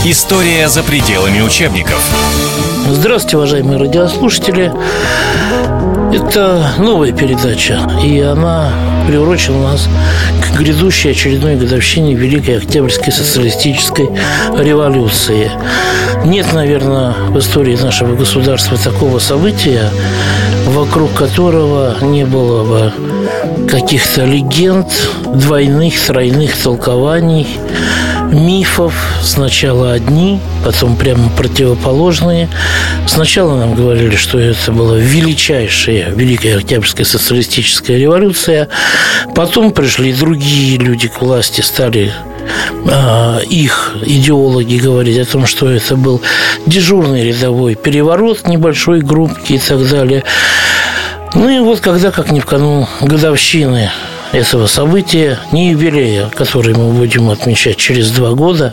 История за пределами учебников. Здравствуйте, уважаемые радиослушатели. Это новая передача, и она приурочена у нас к грядущей очередной годовщине Великой Октябрьской социалистической революции. Нет, наверное, в истории нашего государства такого события, вокруг которого не было бы каких-то легенд, двойных, тройных толкований, мифов. Сначала одни, потом прямо противоположные. Сначала нам говорили, что это была величайшая Великая Октябрьская социалистическая революция. Потом пришли другие люди к власти, стали их идеологи говорить о том, что это был дежурный рядовой переворот небольшой группки и так далее. Ну и вот когда, как ни в канун годовщины этого события, не юбилея, который мы будем отмечать через 2 года,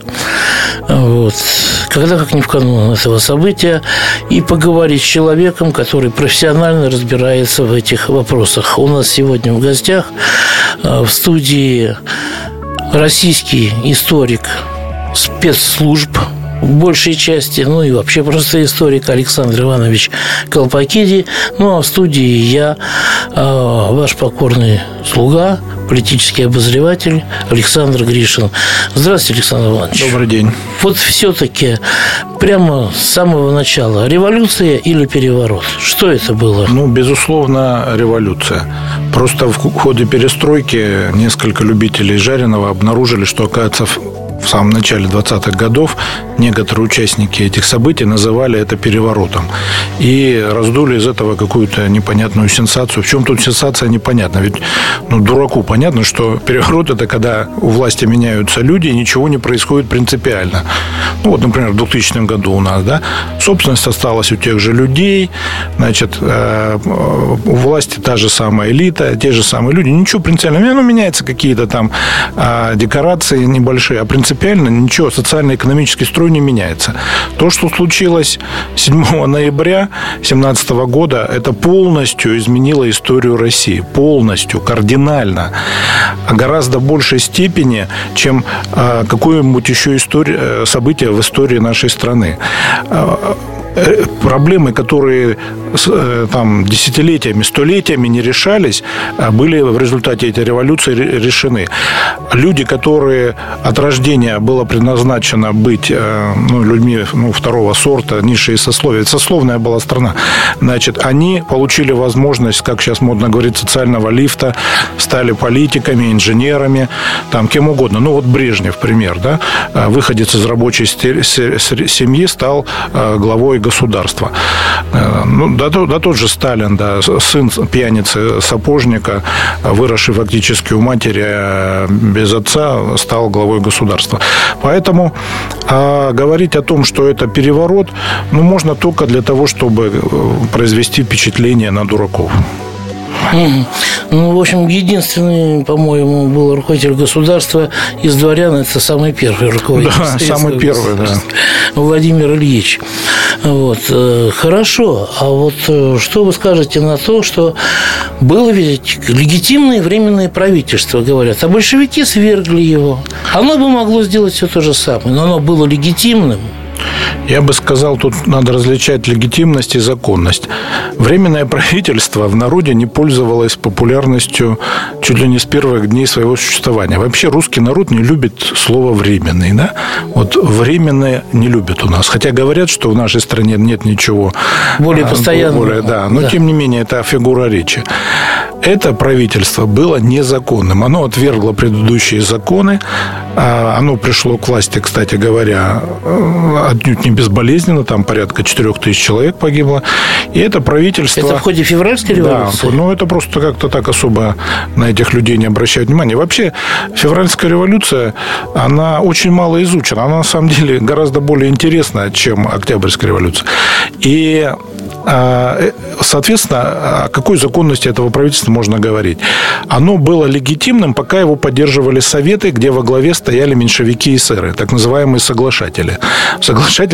когда, как ни в канун этого события, и поговорить с человеком, который профессионально разбирается в этих вопросах. У нас сегодня в гостях в студии российский историк спецслужб в большей части, ну и вообще просто историк Александр Иванович Колпакиди. Ну а в студии я, ваш покорный слуга, политический обозреватель Александр Гришин. Здравствуйте, Александр Иванович. Добрый день. Вот все-таки прямо с самого начала, революция или переворот? Что это было? Ну, безусловно, революция. Просто в ходе перестройки несколько любителей жареного обнаружили, что, оказывается, в самом начале 20-х годов некоторые участники этих событий называли это переворотом. И раздули из этого какую-то непонятную сенсацию. В чем тут сенсация, непонятно. Ведь дураку понятно, что переворот – это когда у власти меняются люди, и ничего не происходит принципиально. Ну, вот, например, в 2000 году у нас, да, собственность осталась у тех же людей, значит, у власти та же самая элита, те же самые люди. Ничего принципиального. Ну, меняются какие-то там декорации небольшие, а принципиально ничего, социально-экономический строй не меняется. То, что случилось 7 ноября 2017 года, это полностью изменило историю России. Полностью, кардинально. В гораздо большей степени, чем какое-нибудь еще событие в истории нашей страны. Проблемы, которые там десятилетиями, столетиями не решались, были в результате этой революции решены. Люди, которые от рождения было предназначено быть людьми второго сорта, низшие сословия, сословная была страна, значит, они получили возможность, как сейчас модно говорить, социального лифта, стали политиками, инженерами, там, кем угодно. Ну, вот Брежнев, пример, да, выходец из рабочей семьи стал главой государства. Да тот же Сталин, да, сын пьяницы-сапожника, выросший фактически у матери без отца, стал главой государства. Поэтому говорить о том, что это переворот, можно только для того, чтобы произвести впечатление на дураков. Ну, в общем, единственный, по-моему, был руководитель государства из дворян, это самый первый руководитель. Да, самый первый, да. Владимир Ильич. Вот. Хорошо. А вот что вы скажете на то, что было ведь легитимное временное правительство, говорят, а большевики свергли его. Оно бы могло сделать все то же самое, но оно было легитимным. Я бы сказал, тут надо различать легитимность и законность. Временное правительство в народе не пользовалось популярностью чуть ли не с первых дней своего существования. Вообще русский народ не любит слово «временный». Да? Вот временное не любят у нас. Хотя говорят, что в нашей стране нет ничего более постоянного. Да, но тем не менее это фигура речи. Это правительство было незаконным. Оно отвергло предыдущие законы. Оно пришло к власти, кстати говоря, отнюдь не безболезненно. Там порядка 4000 человек погибло. И это правительство... Это в ходе февральской революции? Да, это просто как-то так особо на этих людей не обращают внимания. Вообще, февральская революция, она очень мало изучена. Она, на самом деле, гораздо более интересна, чем Октябрьская революция. И соответственно, о какой законности этого правительства можно говорить? Оно было легитимным, пока его поддерживали советы, где во главе стояли меньшевики и эсеры, так называемые соглашатели. Соглашатели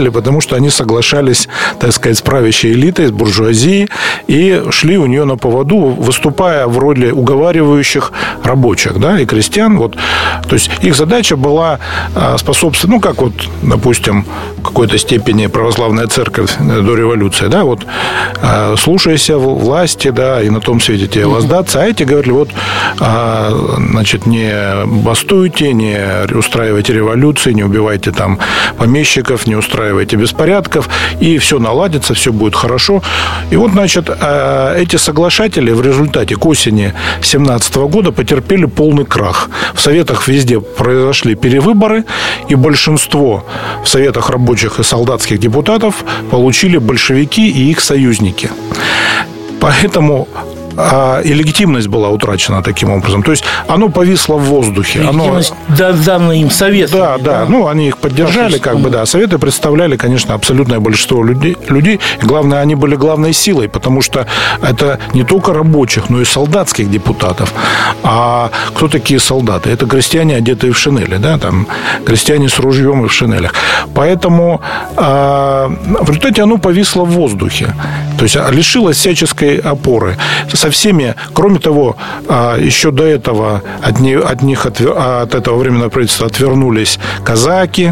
делали, потому что они соглашались, так сказать, с правящей элитой, с буржуазией, и шли у нее на поводу, выступая в роли уговаривающих рабочих, да, и крестьян. Вот. То есть их задача была способствовать, ну, как вот, допустим, в какой-то степени православная церковь до революции, да, вот, слушайся власти, да, и на том свете тебе воздаться. А эти говорили, вот, значит, не бастуйте, не устраивайте революции, не убивайте там помещиков, не устраивайте беспорядков, и все наладится, все будет хорошо. И вот, значит, эти соглашатели в результате к осени 17 года потерпели полный крах. В советах везде произошли перевыборы, и большинство в советах рабочих и солдатских депутатов получили большевики и их союзники. Поэтому и легитимность была утрачена таким образом. То есть оно повисло в воздухе. Легитимность данная им советами. Да. Ну, они их поддержали, как бы, да. Советы представляли, конечно, абсолютное большинство людей. И главное, они были главной силой, потому что это не только рабочих, но и солдатских депутатов. А кто такие солдаты? Это крестьяне, одетые в шинели, да, там, крестьяне с ружьем и в шинелях. Поэтому в результате оно повисло в воздухе. То есть лишилось всяческой опоры. Со всеми, кроме того, еще до этого от этого временного правительства отвернулись казаки,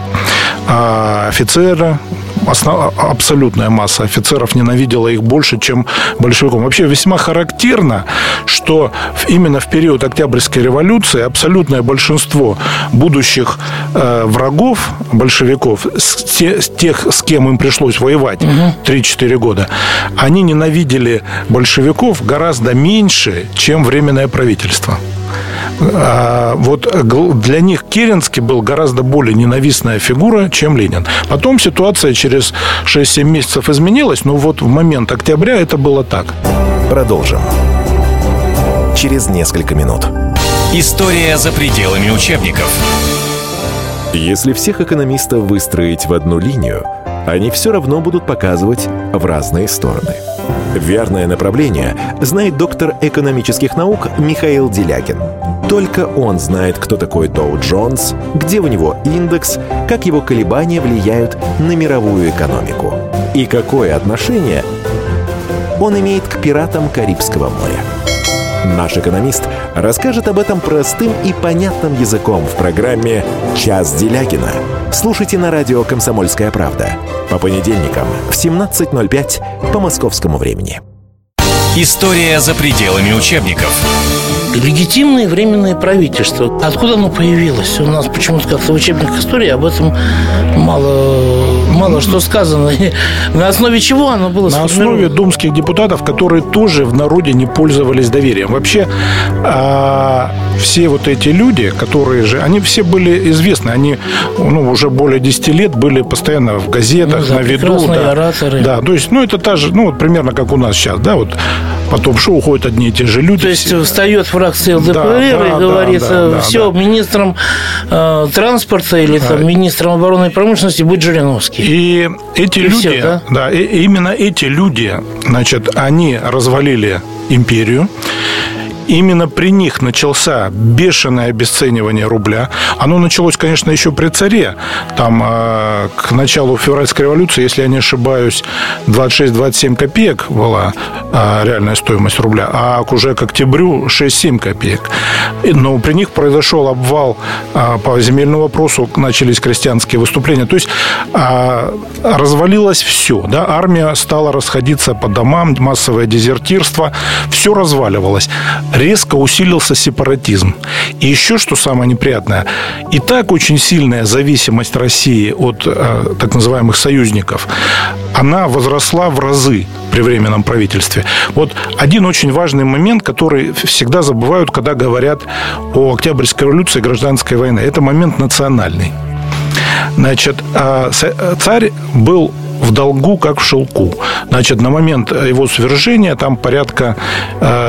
офицеры. Абсолютная масса офицеров ненавидела их больше, чем большевиков. Вообще весьма характерно, что именно в период Октябрьской революции абсолютное большинство будущих врагов большевиков, тех, с кем им пришлось воевать 3-4 года, они ненавидели большевиков гораздо меньше, чем Временное правительство. Вот для них Керенский был гораздо более ненавистная фигура, чем Ленин. Потом ситуация через 6-7 месяцев изменилась, но вот в момент октября это было так. Продолжим. Через несколько минут. История за пределами учебников. Если всех экономистов выстроить в одну линию, они все равно будут показывать в разные стороны. Верное направление знает доктор экономических наук Михаил Делягин. Только он знает, кто такой Доу Джонс, где у него индекс, как его колебания влияют на мировую экономику и какое отношение он имеет к пиратам Карибского моря. Наш экономист расскажет об этом простым и понятным языком в программе «Час Делягина». Слушайте на радио «Комсомольская правда» по понедельникам в 17:05 по московскому времени. История за пределами учебников. Легитимное временное правительство. Откуда оно появилось? У нас почему-то как-то в учебниках истории об этом мало что сказано. На основе чего оно было сформировано? На основе думских депутатов, которые тоже в народе не пользовались доверием. Вообще, все вот эти люди, которые же, они все были известны. Они уже более 10 лет были постоянно в газетах, на виду. Ораторы. Да, то есть, это та же, вот примерно как у нас сейчас, да, вот потом шоу уходят одни и те же люди. То есть встает фракция ЛДПР и говорит, министром транспорта или министром обороны и промышленности будет Жириновский. И эти люди, и именно эти люди, значит, они развалили империю. Именно при них начался бешеное обесценивание рубля. Оно началось, конечно, еще при царе. Там к началу февральской революции, если я не ошибаюсь, 26-27 копеек была реальная стоимость рубля, а уже к октябрю 6-7 копеек. Но при них произошел обвал по земельному вопросу, начались крестьянские выступления. То есть развалилось все. Да? Армия стала расходиться по домам, массовое дезертирство. Все разваливалось. Резко усилился сепаратизм. И еще, что самое неприятное, и так очень сильная зависимость России от так называемых союзников, она возросла в разы при Временном правительстве. Вот один очень важный момент, который всегда забывают, когда говорят о Октябрьской революции и гражданской войне. Это момент национальный. Значит, царь был в долгу, как в шелку. Значит, на момент его свержения там порядка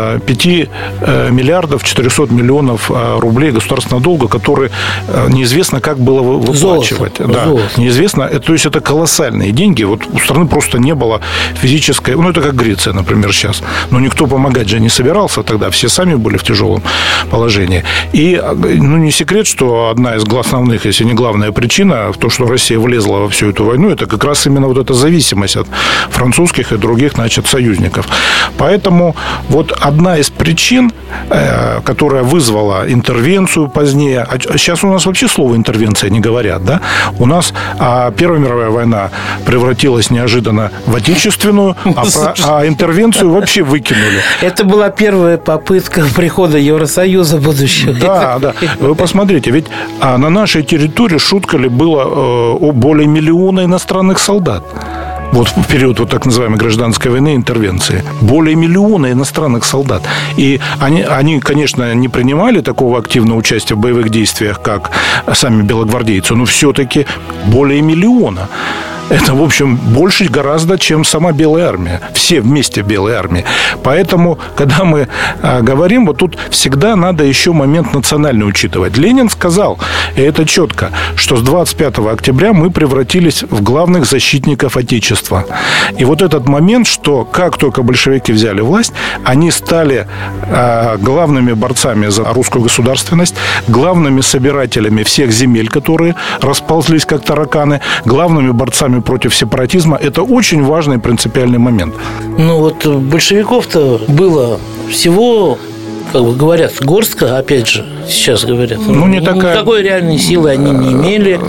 5 миллиардов 400 миллионов рублей государственного долга, который неизвестно, как было выплачивать. Золото. Неизвестно. То есть это колоссальные деньги. Вот у страны просто не было физической... Ну, это как Греция, например, сейчас. Но никто помогать же не собирался тогда. Все сами были в тяжелом положении. И, не секрет, что одна из основных, если не главная причина в том, что Россия влезла во всю эту войну, это как раз именно вот эта зависимость от французских и других, союзников. Поэтому вот одна из причин, которая вызвала интервенцию позднее, а сейчас у нас вообще слово интервенция не говорят, да? У нас Первая мировая война превратилась неожиданно в Отечественную, а интервенцию вообще выкинули. Это была первая попытка прихода Евросоюза будущего. Да. Вы посмотрите, ведь на нашей территории, шутка ли, было более миллиона иностранных солдат. Вот в период так называемой гражданской войны, интервенции. Более миллиона иностранных солдат. И они, конечно, не принимали такого активного участия в боевых действиях, как сами белогвардейцы, но все-таки более миллиона. Это, в общем, больше гораздо, чем сама Белая армия. Все вместе Белая армия. Поэтому, когда мы говорим, вот тут всегда надо еще момент национальный учитывать. Ленин сказал, и это четко, что с 25 октября мы превратились в главных защитников Отечества. И вот этот момент, что как только большевики взяли власть, они стали главными борцами за русскую государственность, главными собирателями всех земель, которые расползлись как тараканы, главными борцами против сепаратизма. Это очень важный принципиальный момент. Ну вот большевиков-то было всего, как бы говорят, горстка, опять же, сейчас говорят. Не такая... Такой реальной силы они не имели.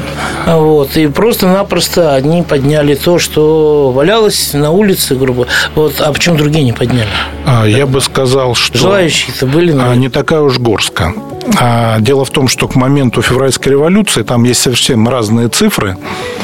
Вот, и просто-напросто они подняли то, что валялось на улице, грубо. Вот, а почему другие не подняли? Я бы сказал, что... Желающие-то были, наверное. Не такая уж горстка. Дело в том, что к моменту февральской революции там есть совсем разные цифры.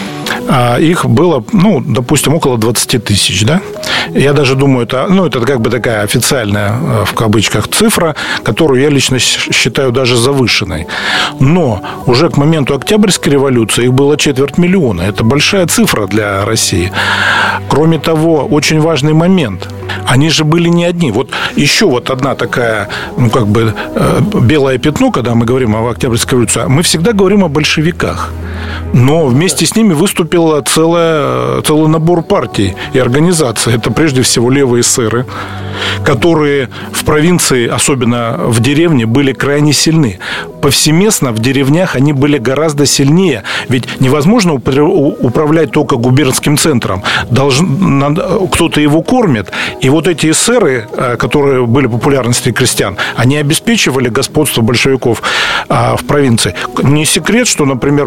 Их было, допустим, около 20 тысяч, да? Я даже думаю, это как бы такая официальная, в кавычках, цифра, которую я лично считаю даже завышенной. Но уже к моменту Октябрьской революции их было 250 000. Это большая цифра для России. Кроме того, очень важный момент. Они же были не одни. Вот еще одна такая, белое пятно, когда мы говорим об Октябрьской революции, мы всегда говорим о большевиках. Но вместе с ними выступил целый набор партий и организаций. Это прежде всего левые эсеры, которые в провинции, особенно в деревне, были крайне сильны. Повсеместно в деревнях они были гораздо сильнее. Ведь невозможно управлять только губернским центром. Кто-то его кормит. И вот эти эсеры, которые были популярны среди крестьян, они обеспечивали господство большевиков в провинции. Не секрет, что, например,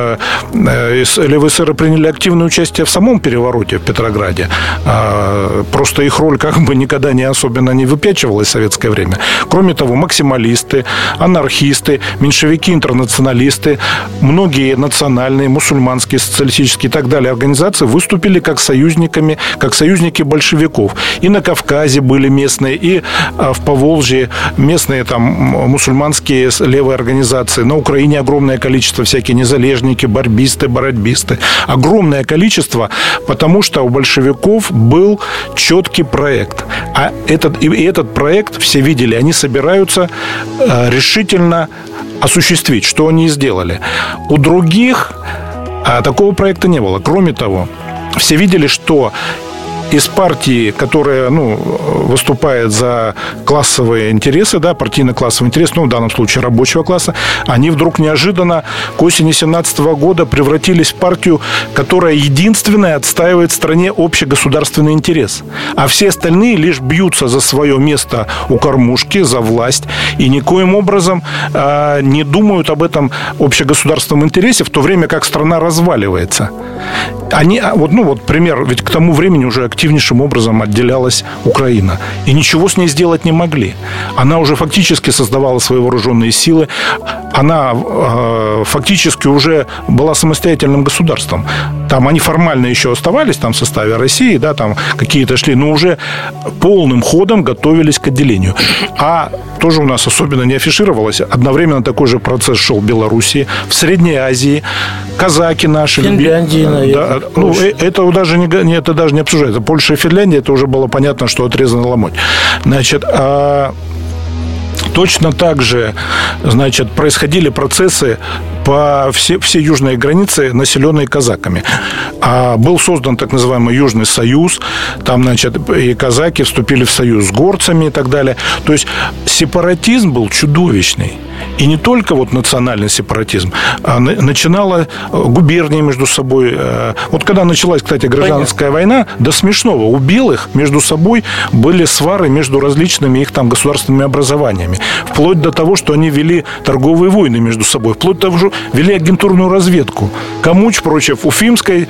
левые эсеры приняли активное участие в самом перевороте в Петрограде. Просто их роль никогда не особенно не выпячивалась в советское время. Кроме того, максималисты, анархисты, меньшевики-интернационалисты, многие национальные, мусульманские, социалистические и так далее организации выступили как союзники большевиков. И на Кавказе были местные, и в Поволжье местные мусульманские левые организации. На Украине огромное количество всякие незалежники, борьбисты, боротьбисты. Огромное количество, потому что у большевиков был четкий проект. А этот проект все видели, они собираются решительно осуществить, что они и сделали. У других такого проекта не было. Кроме того, все видели, что из партии, которая выступает за классовые интересы, да, партийно-классовый интерес, в данном случае рабочего класса, они вдруг неожиданно к осени 1917 года превратились в партию, которая единственная отстаивает в стране общегосударственный интерес. А все остальные лишь бьются за свое место у кормушки, за власть, и никоим образом не думают об этом общегосударственном интересе, в то время как страна разваливается. Пример, ведь к тому времени уже активнейшим образом отделялась Украина. И ничего с ней сделать не могли. Она уже фактически создавала свои вооруженные силы. Она фактически уже была самостоятельным государством. Там они формально еще оставались в составе России, да, там какие-то шли, но уже полным ходом готовились к отделению. А тоже у нас особенно не афишировалось. Одновременно такой же процесс шел в Белоруссии, в Средней Азии. казаки наши. Финляндии, наверное. Да, ну, это даже не обсуждается. Польша и Финляндия, это уже было понятно, что отрезано ломоть. Значит, точно так же, значит, происходили процессы по всей южной границе, населенной казаками. Был создан так называемый Южный Союз. Там, значит, и казаки вступили в союз с горцами и так далее. То есть сепаратизм был чудовищный. И не только вот национальный сепаратизм, а начинала губернии между собой. Вот когда началась, кстати, гражданская война, до смешного, у белых между собой были свары между различными их там государственными образованиями. Вплоть до того, что они вели торговые войны между собой. Вплоть до того, что вели агентурную разведку. Камуч против Уфимской,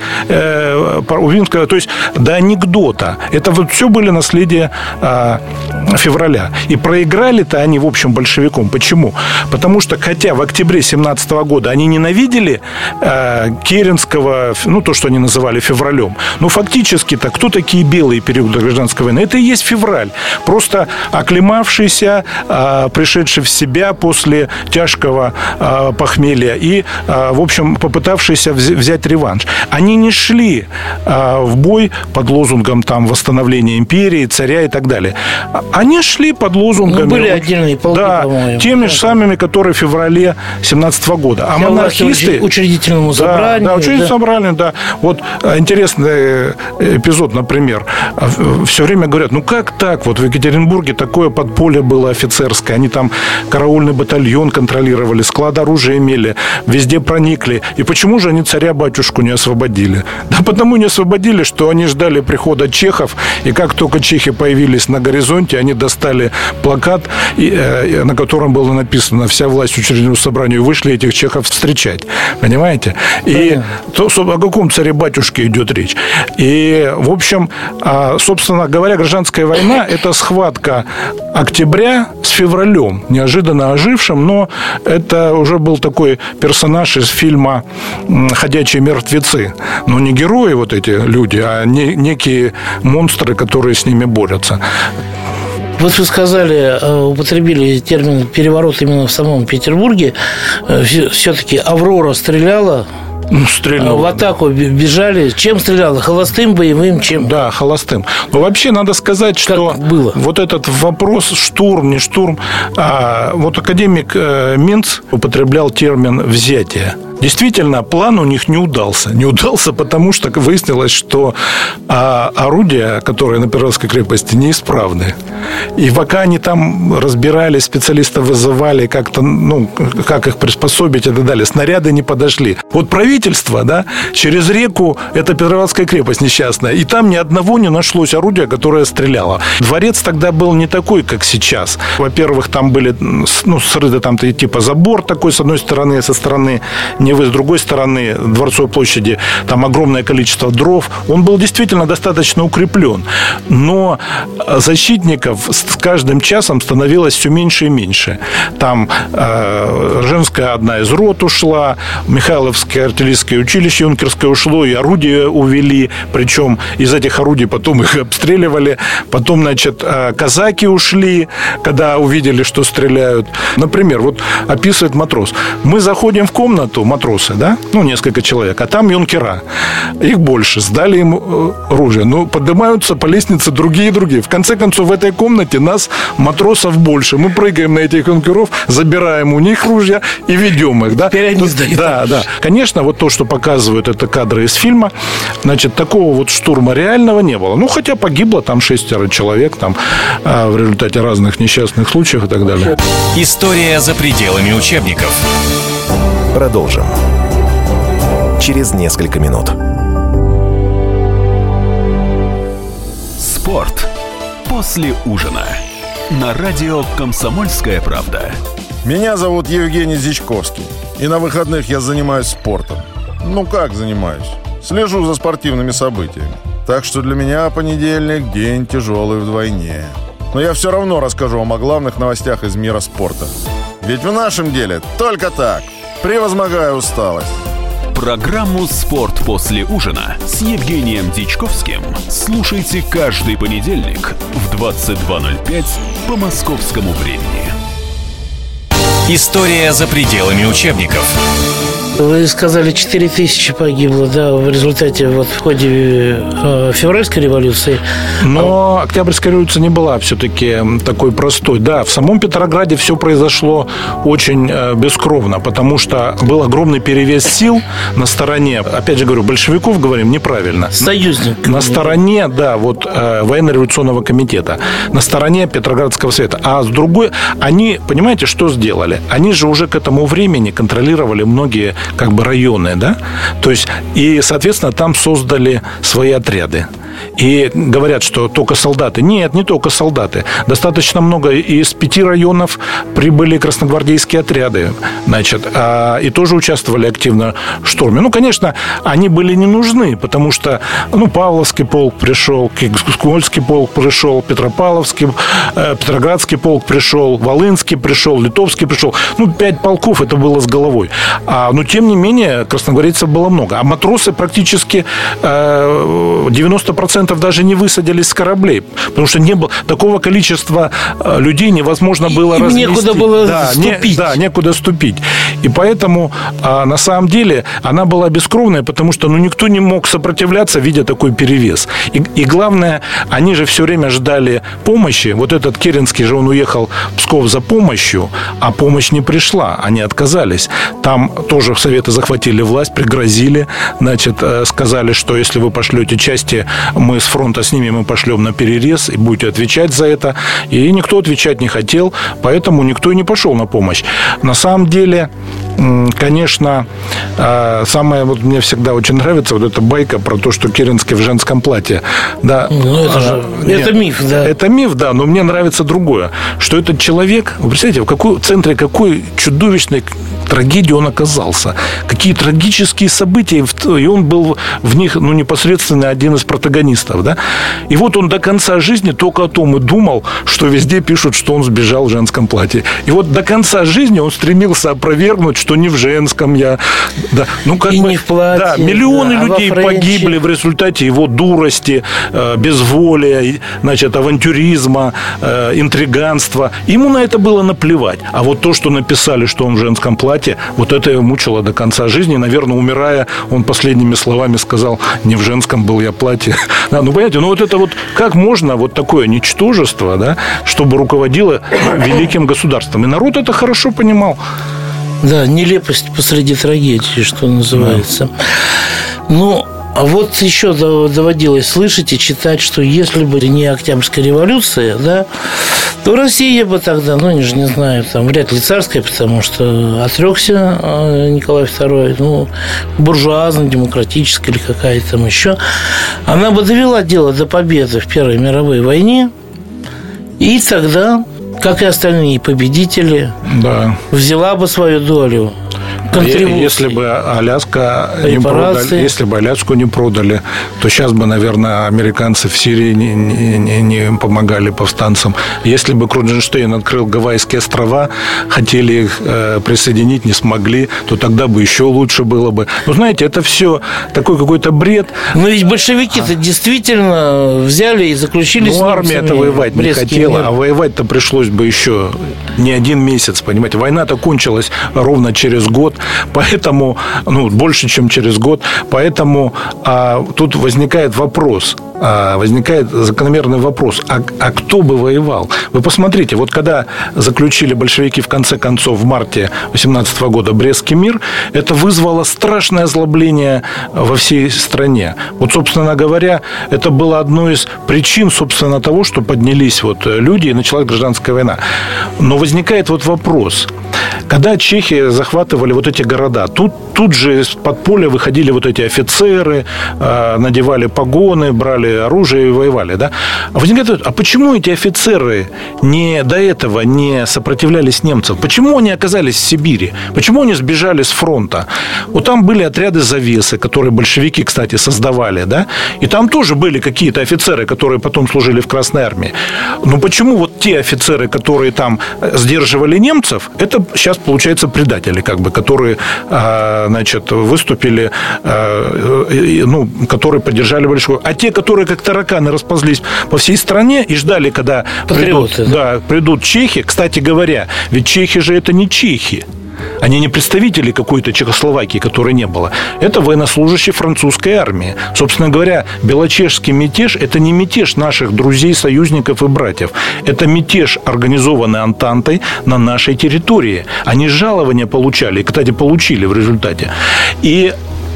то есть до анекдота. Это вот все были наследия февраля. И проиграли-то они, в общем, большевикам. Почему? Потому что, хотя в октябре 17 года они ненавидели Керенского, ну, то, что они называли февралем, но фактически-то кто такие белые периоды гражданской войны? Это и есть февраль. Просто оклемавшийся, пришедший в себя после тяжкого похмелья и, в общем, попытавшийся взять реванш. Они не шли в бой под лозунгом там восстановления империи, царя и так далее. Они шли под лозунгами... Ну, были отдельные полки, да, по-моему. Теми же самыми, которые в феврале 17 года. А монархисты... Учредительному собранию. Да, учредительному собранию, да. Вот интересный эпизод, например. Все время говорят, ну как так? Вот в Екатеринбурге такое подполье было офицерское. Они там караульный батальон контролировали, склад оружия имели, везде проникли. И почему же они царя-батюшку не освободили? Да потому не освободили, что они ждали прихода чехов, и как только чехи появились на горизонте, они достали плакат, на котором было написано «Вся власть учредительному собранию», вышли этих чехов встречать. Понимаете? И о каком царе-батюшке идет речь? И, в общем, собственно говоря, гражданская война – это схватка октября с февралем, неожиданно ожившим, но это уже был такой персонаж из фильма «Ходячие мертвецы». Но не герои вот эти люди, а некие монстры, которые с ними борются. Вот вы сказали, употребили термин «переворот» именно в самом Петербурге. Все-таки «Аврора» стреляла. В атаку бежали. Чем стреляла? Холостым, боевым, чем? Да, холостым. Но вообще надо сказать, что было? Вот этот вопрос штурм, не штурм. Вот академик Минц употреблял термин «взятие». Действительно, план у них не удался. Не удался, потому что выяснилось, что орудия, которые на Петропавловской крепости, неисправны. И пока они там разбирались, специалистов вызывали, как-то, как их приспособить и так далее, снаряды не подошли. Вот правительство, да, через реку, это Петропавловская крепость несчастная, и там ни одного не нашлось орудия, которое стреляло. Дворец тогда был не такой, как сейчас. Во-первых, там были, срыты там типа забор такой с одной стороны, со стороны Невы, с другой стороны Дворцовой площади, там огромное количество дров. Он был действительно достаточно укреплен. Но защитников с каждым часом становилось все меньше и меньше. Там Ржевская одна из рот ушла, Михайловское артиллерийское училище юнкерское ушло, и орудия увели. Причем из этих орудий потом их обстреливали. Потом, значит, казаки ушли, когда увидели, что стреляют. Например, вот описывает матрос. Мы заходим в комнату, матросы, да, несколько человек, а там юнкера. Их больше, сдали им оружие. Но поднимаются по лестнице другие и другие. В конце концов, в этой комнате нас, матросов, больше. Мы прыгаем на этих юнкеров, забираем у них ружья и ведем их, да. Теперь они сдают. Да, да. Конечно, вот то, что показывают, это кадры из фильма, значит, такого вот штурма реального не было. Хотя погибло там 6 человек там, в результате разных несчастных случаев и так далее. История за пределами учебников. Продолжим. Через несколько минут. Спорт после ужина. На радио «Комсомольская правда». Меня зовут Евгений Зичковский. И на выходных я занимаюсь спортом. Как занимаюсь? Слежу за спортивными событиями. Так что для меня понедельник – день тяжелый вдвойне. Но я все равно расскажу вам о главных новостях из мира спорта. Ведь в нашем деле только так. Превозмогая усталость. Программу «Спорт после ужина» с Евгением Дичковским слушайте каждый понедельник в 22:05 по московскому времени. История за пределами учебников. Вы сказали, 4000 погибло, да, в результате, вот в ходе февральской революции. Но Октябрьская революция не была все-таки такой простой. Да, в самом Петрограде все произошло очень бескровно, потому что был огромный перевес сил на стороне, опять же говорю, большевиков, говорим неправильно. Союзник. На стороне, да, вот военно-революционного комитета, на стороне Петроградского совета. А с другой, они, понимаете, что сделали? Они же уже к этому времени контролировали многие как бы районы, да? То есть, и, соответственно, там создали свои отряды. И говорят, что только солдаты. Нет, не только солдаты. Достаточно много. Из 5 районов прибыли красногвардейские отряды. Значит, и тоже участвовали активно в штурме. Ну, конечно, они были не нужны, потому что, Павловский полк пришел, Скользкий полк пришел, Петропавловский, Петроградский полк пришел, Волынский пришел, Литовский пришел. 5 полков это было с головой. Но, тем не менее, красногвардейцев было много. А матросы практически 90% даже не высадились с кораблей, потому что не было такого количества людей, невозможно было разместить. Некуда было ступить. Некуда ступить. И поэтому, на самом деле, она была бескровная, потому что никто не мог сопротивляться, видя такой перевес. И главное, они же все время ждали помощи. Вот этот Керенский же, он уехал в Псков за помощью, а помощь не пришла, они отказались. Там тоже Советы захватили власть, пригрозили, сказали, что если вы пошлете части, мы с фронта снимем и пошлем на перерез, и будете отвечать за это. И никто отвечать не хотел, поэтому никто и не пошел на помощь. На самом деле, конечно, самое мне всегда очень нравится вот эта байка про то, что Керенский в женском платье. Да, это миф, да. Это миф, да, но мне нравится другое, что этот человек, вы представляете, в центре какой чудовищной трагедии он оказался, какие трагические события, и он был в них непосредственно один из протагонистов, да? И вот он до конца жизни только о том и думал, что везде пишут, что он сбежал в женском платье. И вот до конца жизни он стремился опровергнуть, что не в женском я. Да, не в платье. Да, миллионы людей погибли в результате его дурости, безволия, авантюризма, интриганства. Ему на это было наплевать. А вот то, что написали, что он в женском платье, вот это его мучило до конца жизни. Наверное, умирая, он последними словами сказал: не в женском был я платье. Да, понимаете, как можно такое ничтожество, да, чтобы руководило великим государством? И народ это хорошо понимал. Да, нелепость посреди трагедии, что называется. Да. А вот еще доводилось слышать и читать, что если бы не Октябрьская революция, да, то Россия бы тогда, не знаю, вряд ли царская, потому что отрекся Николай II, буржуазно-демократическая или какая-то там еще, она бы довела дело до победы в Первой мировой войне, и тогда, как и остальные победители, да, взяла бы свою долю. Если бы Аляску не продали, то сейчас бы, наверное, американцы в Сирии не помогали повстанцам. Если бы Крузенштейн открыл Гавайские острова, хотели их присоединить, не смогли, то тогда бы еще лучше было бы. Знаете, это все такой какой-то бред. Но ведь большевики-то действительно взяли и заключили с немцами. Армия-то воевать не хотела, а воевать-то пришлось бы еще не один месяц, понимаете. Война-то кончилась ровно через год. Поэтому, больше, чем через год. Поэтому тут возникает вопрос, возникает закономерный вопрос, а кто бы воевал? Вы посмотрите, вот когда заключили большевики в конце концов в марте 18 года Брестский мир, это вызвало страшное озлобление во всей стране. Вот, собственно говоря, это было одной из причин, собственно, того, что поднялись люди и началась гражданская война. Но возникает вопрос. Когда чехи захватывали эти города, тут же из-под поля выходили эти офицеры, надевали погоны, брали оружие и воевали, да? А возникает вопрос, а почему эти офицеры до этого не сопротивлялись немцам? Почему они оказались в Сибири? Почему они сбежали с фронта? Там были отряды завесы, которые большевики, кстати, создавали, да? И там тоже были какие-то офицеры, которые потом служили в Красной армии. Но почему те офицеры, которые там сдерживали немцев, это сейчас, получается, предатели, которые, выступили, которые поддержали большевиков. А те, которые как тараканы расползлись по всей стране и ждали, когда придут чехи. Кстати говоря, ведь чехи же это не чехи. Они не представители какой-то Чехословакии, которой не было. Это военнослужащие французской армии. Собственно говоря, белочешский мятеж – это не мятеж наших друзей, союзников и братьев. Это мятеж, организованный Антантой на нашей территории. Они жалования получали, и, кстати, получили в результате. И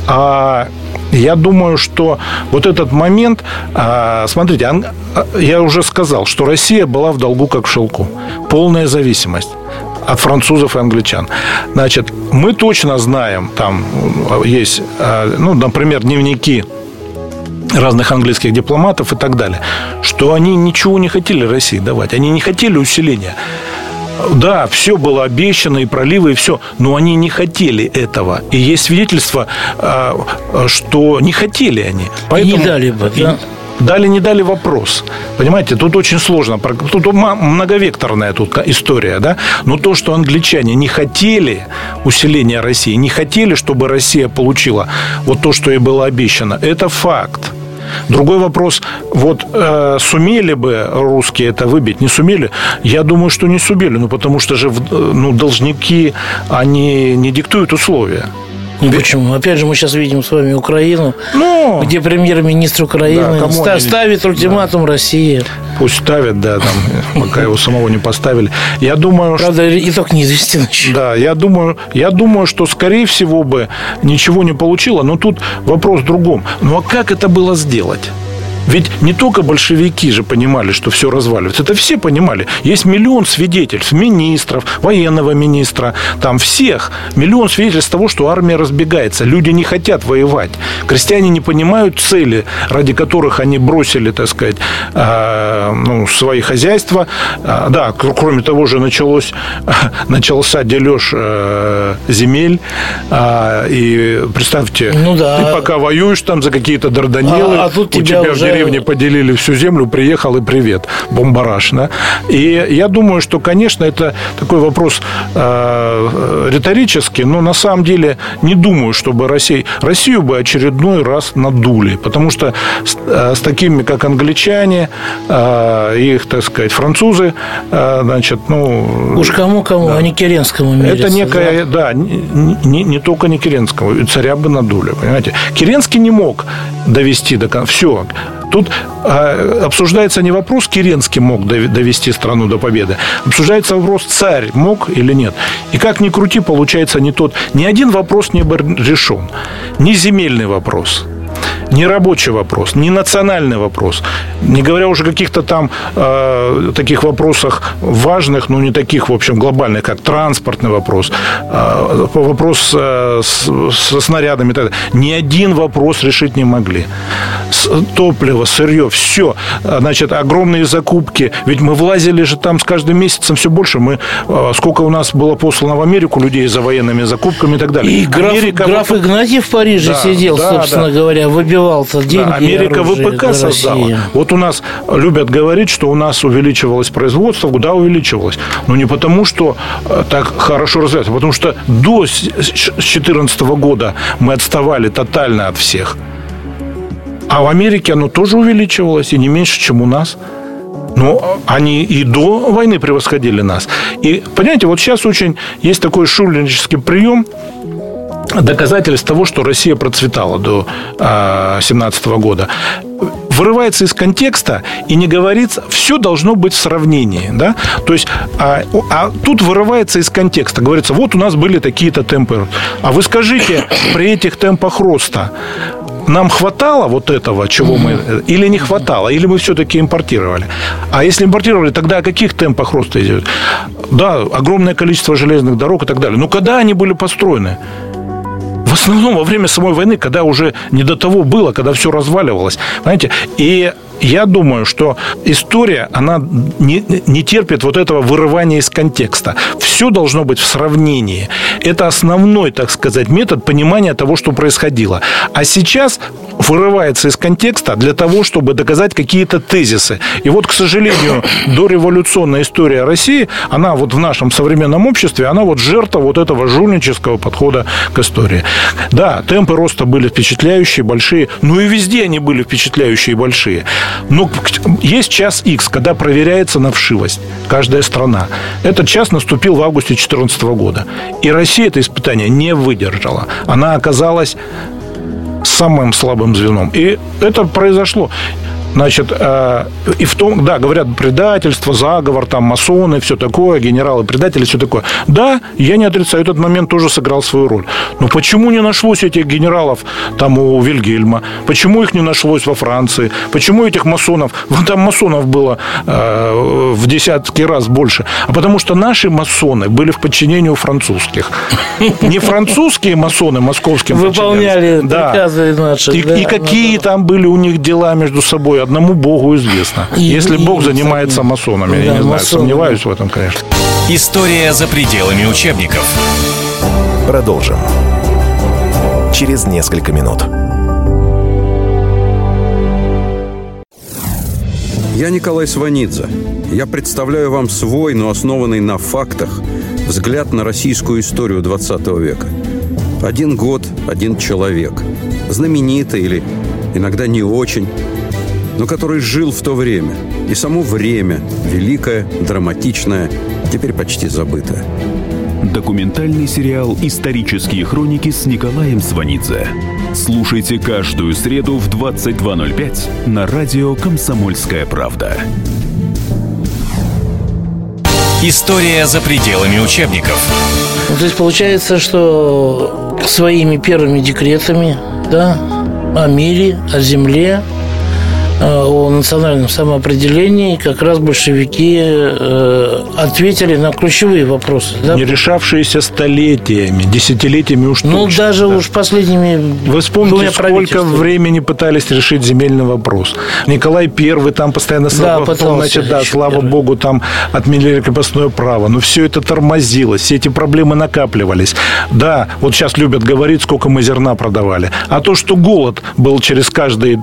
я думаю, что вот этот момент, смотрите, я уже сказал, что Россия была в долгу как в шелку. Полная зависимость от французов и англичан. Значит, мы точно знаем, там есть, например, дневники разных английских дипломатов и так далее, что они ничего не хотели России давать. Они не хотели усиления. Да, все было обещано, и проливы, и все, но они не хотели этого. И есть свидетельство, что не хотели они. Поэтому... И не дали бы, да? Дали, не дали — вопрос. Понимаете, тут очень сложно. Тут многовекторная тут история, да? Но то, что англичане не хотели усиления России, не хотели, чтобы Россия получила вот то, что ей было обещано, это факт. Другой вопрос, сумели бы русские это выбить, не сумели? Я думаю, что не сумели, потому что же должники, они не диктуют условия. Почему? Опять же, мы сейчас видим с вами Украину, где премьер-министр Украины ставит ультиматум России. Пусть ставят, да, там, пока его самого не поставили. Я думаю, правда, итог неизвестен еще. Да, я думаю, что, скорее всего, бы ничего не получило. Но тут вопрос в другом. А как это было сделать? Ведь не только большевики же понимали, что все разваливается. Это все понимали. Есть миллион свидетельств, министров, военного министра, там всех. Миллион свидетельств того, что армия разбегается. Люди не хотят воевать. Крестьяне не понимают цели, ради которых они бросили, так сказать, свои хозяйства. Да, кроме того же начался дележ земель. И представьте, ты пока воюешь там за какие-то Дарданеллы, а тут у тебя в деревне поделили всю землю, приехал и привет, бомбараш, да? И я думаю, что, конечно, это такой вопрос риторический, но на самом деле не думаю, чтобы Россию бы очередной раз надули, потому что с такими, как англичане, их, так сказать, французы, значит, уж кому-кому, а не Керенскому мерятся. Это некая, да, не только не Керенскому, и царя бы надули, понимаете. Керенский не мог довести до конца. Все. Тут обсуждается не вопрос, Керенский мог довести страну до победы. Обсуждается вопрос, царь мог или нет. И как ни крути, получается ни один вопрос не был решен. Ни земельный вопрос, ни рабочий вопрос, ни национальный вопрос. Не говоря уже о каких-то там таких вопросах важных, но не таких, в общем, глобальных, как транспортный вопрос, вопрос со снарядами и так далее. Ни один вопрос решить не могли. Топливо, сырье, все. Значит, огромные закупки. Ведь мы влазили же там с каждым месяцем все больше. Сколько у нас было послано в Америку людей за военными закупками и так далее. И граф Игнатьев в Париже сидел, собственно говоря, выбивал-то деньги. Да, Америка ВПК создала. Вот у нас любят говорить, что у нас увеличивалось производство. Да, увеличивалось. Но не потому, что так хорошо развивается, а потому что до 2014 года мы отставали тотально от всех. А в Америке оно тоже увеличивалось, и не меньше, чем у нас. Но они и до войны превосходили нас. И, понимаете, вот сейчас очень есть такой шульнический прием, доказательств того, что Россия процветала до 2017 года. Вырывается из контекста и не говорится, все должно быть в сравнении, да? То есть, тут вырывается из контекста, говорится, вот у нас были такие-то темпы. А вы скажите, при этих темпах роста нам хватало вот этого, чего мы, или не хватало, или мы все-таки импортировали? А если импортировали, тогда о каких темпах роста идет? Да, огромное количество железных дорог и так далее. Но когда они были построены? В основном во время самой войны, когда уже не до того было, когда все разваливалось. Понимаете? И я думаю, что история, она не терпит вот этого вырывания из контекста. Все должно быть в сравнении. Это основной, так сказать, метод понимания того, что происходило. А сейчас вырывается из контекста для того, чтобы доказать какие-то тезисы. И вот, к сожалению, дореволюционная история России, она вот в нашем современном обществе, она вот жертва вот этого жульнического подхода к истории. Да, темпы роста были впечатляющие, большие, ну и везде они были впечатляющие и большие. Но есть час X, когда проверяется на вшивость каждая страна. Этот час наступил в августе 2014 года. И Россия это испытание не выдержала. Она оказалась самым слабым звеном. И это произошло. Значит, и в том, да, говорят, предательство, заговор, там, масоны, все такое, генералы-предатели, все такое. Да, я не отрицаю, этот момент тоже сыграл свою роль. Но почему не нашлось этих генералов там у Вильгельма? Почему их не нашлось во Франции? Почему этих масонов? Там масонов было в десятки раз больше. А потому что наши масоны были в подчинении у французских. Не французские масоны московским выполняли приказы наши. И какие там были у них дела между собой, одному Богу известно. Если Бог занимается масонами, я не знаю, сомневаюсь в этом, конечно. История за пределами учебников. Продолжим. Через несколько минут. Я Николай Сванидзе. Я представляю вам свой, но основанный на фактах, взгляд на российскую историю 20 века. 1 год, 1 человек. Знаменитый или иногда не очень, но который жил в то время. И само время, великое, драматичное, теперь почти забытое. Документальный сериал «Исторические хроники» с Николаем Сванидзе. Слушайте каждую среду в 22:05 на радио «Комсомольская правда». История за пределами учебников. То есть получается, что своими первыми декретами, да, о мире, о земле, о национальном самоопределении как раз большевики ответили на ключевые вопросы. Да? Не решавшиеся столетиями, десятилетиями уж ну, точно. Даже уж последними. Вы вспомните, сколько времени пытались решить земельный вопрос. Николай I там постоянно слава богу, там отменили крепостное право. Но все это тормозилось, все эти проблемы накапливались. Да, вот сейчас любят говорить, сколько мы зерна продавали. А то, что голод был через каждые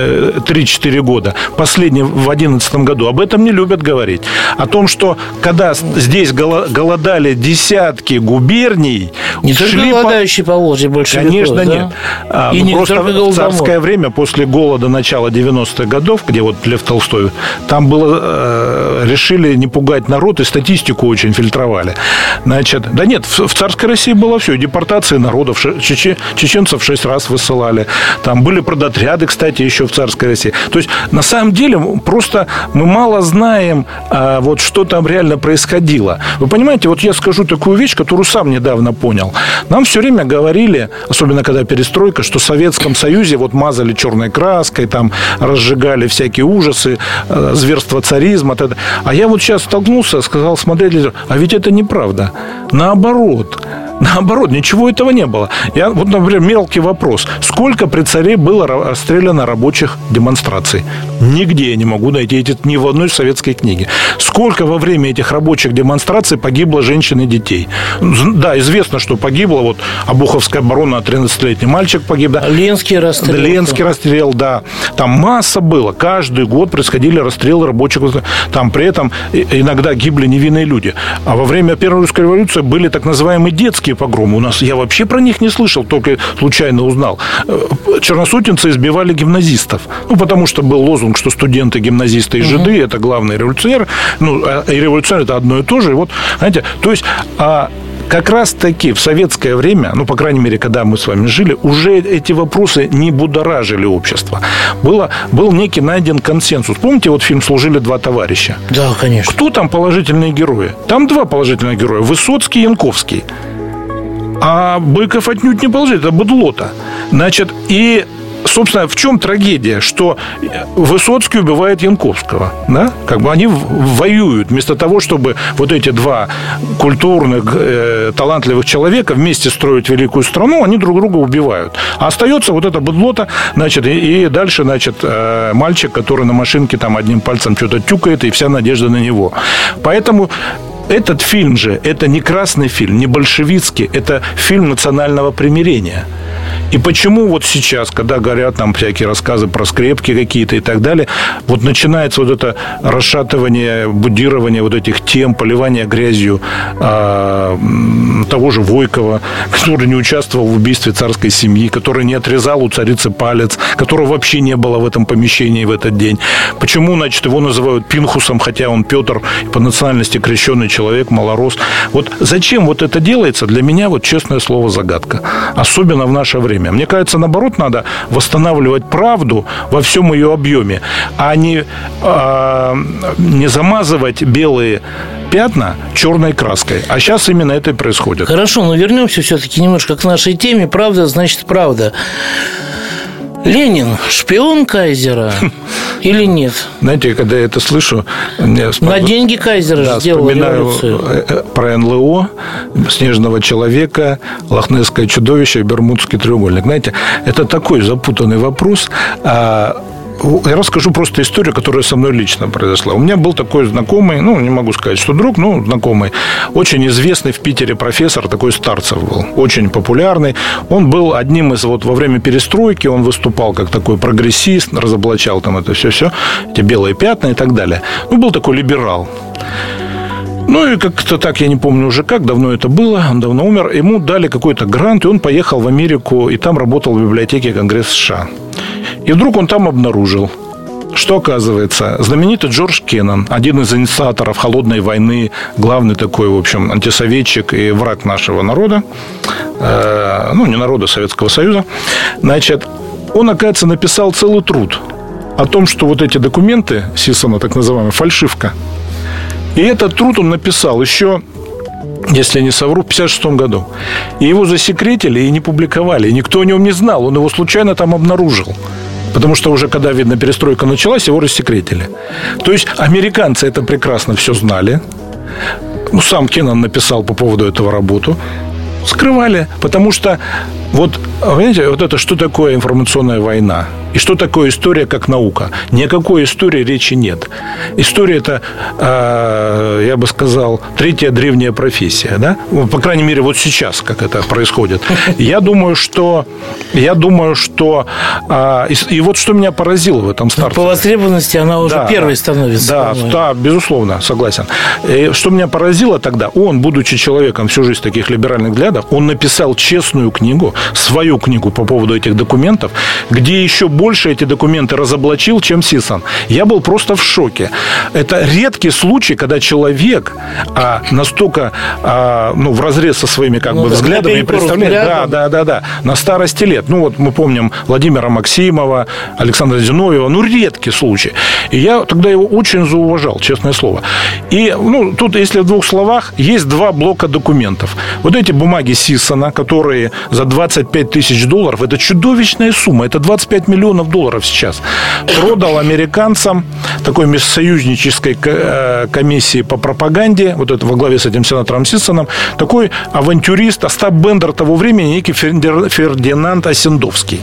3-4 года, последний в 2011 году, об этом не любят говорить. О том, что когда здесь голодали десятки губерний, не только голодающие по Волжье большевиков, конечно, да? нет. И не просто в царское время, после голода начала 90-х годов, где вот Лев Толстой, там было, решили не пугать народ, и статистику очень фильтровали. Значит, да нет, в царской России было все. Депортации народов, чеченцев 6 раз высылали. Там были продотряды, кстати, еще в царской России. То есть, на самом деле, просто мы мало знаем, вот что там реально происходило. Вы понимаете, вот я скажу такую вещь, которую сам недавно понял. Нам все время говорили, особенно когда перестройка, что в Советском Союзе вот мазали черной краской, там разжигали всякие ужасы, зверство царизма. А я вот сейчас столкнулся, сказал, смотрите, а ведь это неправда. Наоборот, ничего этого не было. Вот, например, мелкий вопрос. Сколько при царе было расстреляно рабочих демонстраций? Нигде я не могу найти ни в одной советской книге. Сколько во время этих рабочих демонстраций погибло женщин и детей? Да, известно, что погибло. Вот Обуховская оборона, 13-летний мальчик погиб. Да. Ленский расстрел, да. Там масса было. Каждый год происходили расстрелы рабочих. Там при этом иногда гибли невинные люди. А во время Первой русской революции были так называемые детские погромы. У нас я вообще про них не слышал, только случайно узнал. Черносотенцы избивали гимназистов. Потому что был лозунг, что студенты, гимназисты и жиды это главные революционеры. И революционеры это одно и то же. И вот, знаете, то есть как раз-таки в советское время, по крайней мере, когда мы с вами жили, уже эти вопросы не будоражили общество. Был некий найден консенсус. Помните, вот фильм «Служили два товарища»? Да, конечно. Кто там положительные герои? Там два положительных героя. Высоцкий и Янковский. А Быков отнюдь не положительный. Это быдло-то. Значит, и... Собственно, в чем трагедия? Что Высоцкий убивает Янковского. Да? Они воюют. Вместо того, чтобы вот эти два культурных, талантливых человека вместе строить великую страну, они друг друга убивают. А остается вот это быдло-то, и дальше, мальчик, который на машинке там одним пальцем что-то тюкает, и вся надежда на него. Поэтому этот фильм же, это не красный фильм, не большевистский, это фильм национального примирения. И почему вот сейчас, когда говорят там всякие рассказы про скрепки какие-то и так далее, вот начинается вот это расшатывание, будирование вот этих тем, поливание грязью того же Войкова, который не участвовал в убийстве царской семьи, который не отрезал у царицы палец, которого вообще не было в этом помещении в этот день. Почему, значит, его называют Пинхусом, хотя он Петр, по национальности крещенный человек, малорос. Вот зачем вот это делается, для меня, вот честное слово, загадка. Особенно в наше время. Мне кажется, наоборот, надо восстанавливать правду во всем ее объеме, а не замазывать белые пятна черной краской. А сейчас именно это и происходит. Хорошо, но вернемся все-таки немножко к нашей теме. Правда значит правда. Ленин шпион кайзера или нет? Знаете, когда я это слышу... На деньги кайзера сделал революцию. Про НЛО, Снежного человека, Лохнесское чудовище, Бермудский треугольник. Знаете, это такой запутанный вопрос. Я расскажу просто историю, которая со мной лично произошла. У меня был такой знакомый, не могу сказать, что друг, знакомый, очень известный в Питере профессор, такой Старцев был, очень популярный. Он был одним из, во время перестройки, он выступал как такой прогрессист, разоблачал там это все, эти белые пятна и так далее. Был такой либерал. И как-то так, я не помню уже как, давно это было, он давно умер. Ему дали какой-то грант, и он поехал в Америку, и там работал в библиотеке Конгресса США. И вдруг он там обнаружил, что, оказывается, знаменитый Джордж Кеннон, один из инициаторов холодной войны, главный такой, в общем, антисоветчик и враг нашего народа, не народа, Советского Союза, значит, он, оказывается, написал целый труд о том, что вот эти документы Сиссона, так называемая, фальшивка. И этот труд он написал еще, если я не совру, в 1956 году. И его засекретили и не публиковали. И никто о нем не знал. Он его случайно там обнаружил. Потому что уже, когда, видно, перестройка началась, его рассекретили. То есть американцы это прекрасно все знали. Сам Кеннон написал по поводу этого работу. Скрывали. Потому что, понимаете, это что такое информационная война? И что такое история как наука? Ни о какой истории речи нет. История – это, я бы сказал, третья древняя профессия. Да? По крайней мере, вот сейчас, как это происходит. Я думаю, что и вот что меня поразило в этом старте. По востребованности она уже первой становится. Да, безусловно, согласен. И что меня поразило тогда, он, будучи человеком всю жизнь таких либеральных взглядов, он написал честную книгу, свою книгу по поводу этих документов, где еще больше эти документы разоблачил, чем Сиссон. Я был просто в шоке. Это редкий случай, когда человек настолько вразрез со своими взглядами и представлениями. Да. На старости лет. Мы помним Владимира Максимова, Александра Зиновьева. Редкий случай. И я тогда его очень зауважал, честное слово. И тут, если в двух словах, есть два блока документов. Вот эти бумаги Сиссона, которые за $25 тысяч, это чудовищная сумма, это 25 миллионов долларов сейчас, продал американцам такой межсоюзнической комиссии по пропаганде, вот это во главе с этим сенатором Сиссоном, такой авантюрист, Остап Бендер того времени, некий Фердинанд Осендовский,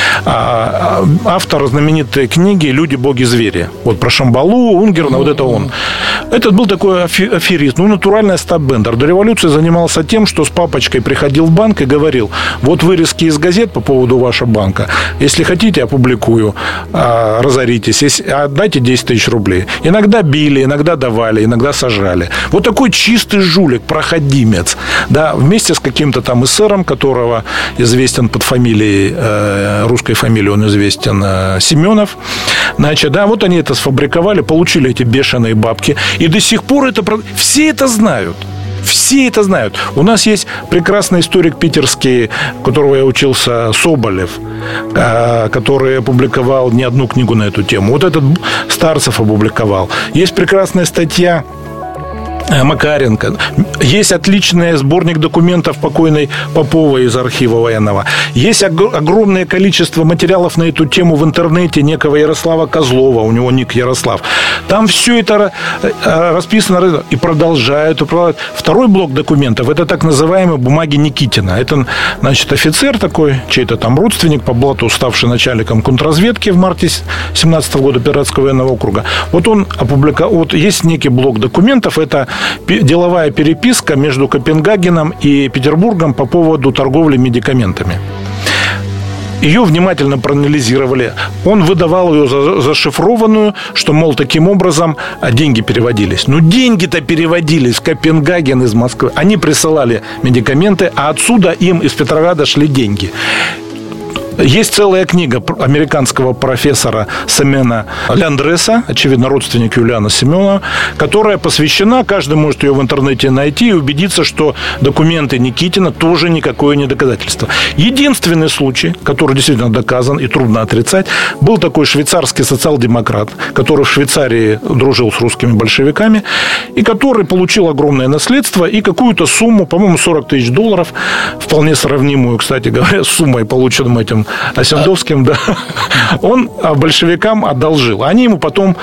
автор знаменитой книги «Люди, боги, звери». Про Шамбалу, Унгерна, это он. Этот был такой аферист, натуральный Остап Бендер. До революции занимался тем, что с папочкой приходил в банк и говорил: вот вырезки из газет по поводу вашего банка. Если хотите, опубликую, разоритесь. Отдайте 10 тысяч рублей. Иногда били, иногда давали, иногда сажали. Вот такой чистый жулик, проходимец. Да, вместе с каким-то там эсером, которого известен под фамилией, русской фамилией он известен, Семенов. Значит, вот они это сфабриковали, получили эти бешеные бабки. И до сих пор все это знают. Все это знают. У нас есть прекрасный историк питерский, у которого я учился, Соболев, который опубликовал не одну книгу на эту тему. Вот этот Старцев опубликовал. Есть прекрасная статья Макаренко. Есть отличный сборник документов покойной Поповой из архива военного. Есть огромное количество материалов на эту тему в интернете некого Ярослава Козлова, у него ник Ярослав. Там все это расписано и продолжают. Второй блок документов – это так называемые бумаги Никитина. Это, значит, офицер такой, чей-то там родственник по блату, ставший начальником контрразведки в марте 17 года Пиратского военного округа. Вот он опубликовал, есть некий блок документов, это деловая переписка между Копенгагеном и Петербургом по поводу торговли медикаментами. Ее внимательно проанализировали. Он выдавал ее зашифрованную, что, мол, таким образом деньги переводились. Но деньги-то переводились в Копенгаген из Москвы. Они присылали медикаменты, а отсюда им из Петрограда шли деньги. Есть целая книга американского профессора Семена Ляндреса, очевидно, родственник Юлиана Семенова, которая посвящена, каждый может ее в интернете найти и убедиться, что документы Никитина тоже никакое не доказательство. Единственный случай, который действительно доказан и трудно отрицать, был такой швейцарский социал-демократ, который в Швейцарии дружил с русскими большевиками и который получил огромное наследство и какую-то сумму, по-моему, $40 тысяч, вполне сравнимую, кстати говоря, с суммой, полученным этим Осендовским, да, он большевикам одолжил. Они ему потом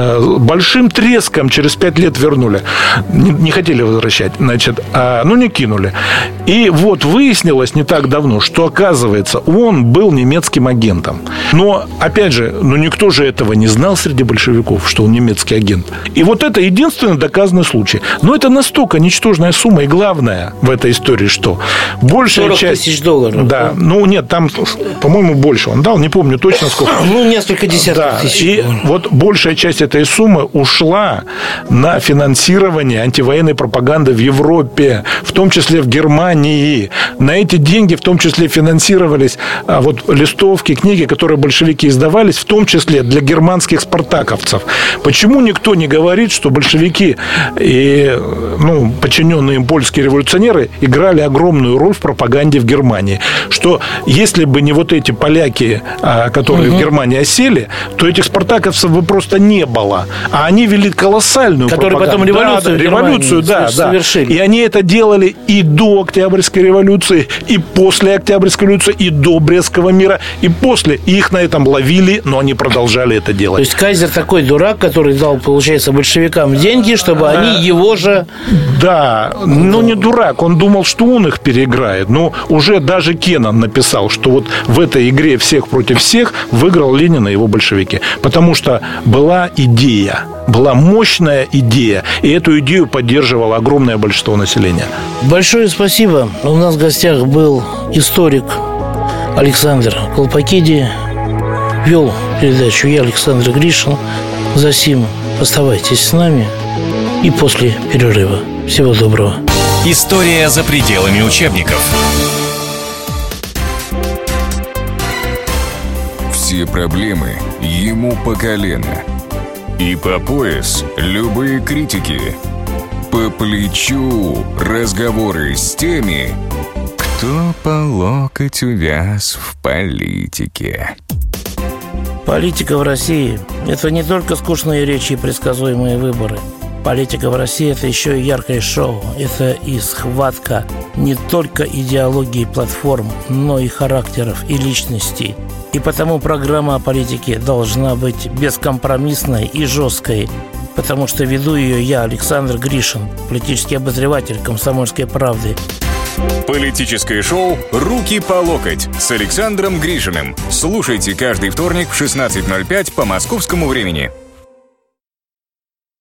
большим треском через 5 лет вернули. Не хотели возвращать, значит, не кинули. И вот выяснилось не так давно, что, оказывается, он был немецким агентом. Но, опять же, никто же этого не знал среди большевиков, что он немецкий агент. И вот это единственный доказанный случай. Но это настолько ничтожная сумма. И главное в этой истории, что большая часть... $40 тысяч. Да, нет, там... По-моему, больше он дал, не помню точно сколько. Несколько десятков тысяч. И вот большая часть этой суммы ушла на финансирование антивоенной пропаганды в Европе, в том числе в Германии. На эти деньги в том числе финансировались листовки, книги, которые большевики издавались, в том числе для германских спартаковцев. Почему никто не говорит, что большевики и подчиненные им польские революционеры играли огромную роль в пропаганде в Германии? Что если бы не вот эти поляки, которые в Германии осели, то этих спартаковцев бы просто не было. А они вели колоссальную пропаганду. Которые потом революцию совершили. И они это делали и до Октябрьской революции, и после Октябрьской революции, и до Брестского мира, и после. И их на этом ловили, но они продолжали это делать. То есть кайзер такой дурак, который дал, получается, большевикам деньги, чтобы они его же... Да, не дурак. Он думал, что он их переиграет. Но уже даже Кеннан написал, что вот в этой игре всех против всех выиграл Ленин и его большевики. Потому что была идея, была мощная идея, и эту идею поддерживало огромное большинство населения. Большое спасибо. У нас в гостях был историк Александр Колпакиди. Вел передачу я, Александр Гришин. Засим, оставайтесь с нами и после перерыва. Всего доброго. История за пределами учебников. Все проблемы ему по колено. И по пояс любые критики. По плечу разговоры с теми, кто по локоть увяз в политике. Политика в России – это не только скучные речи и предсказуемые выборы. Политика в России – это еще и яркое шоу. Это и схватка не только идеологии платформ, но и характеров и личностей. И потому программа о политике должна быть бескомпромиссной и жесткой, потому что веду ее я, Александр Гришин, политический обозреватель «Комсомольской правды». Политическое шоу «Руки по локоть» с Александром Гришиным. Слушайте каждый вторник в 16:05 по московскому времени.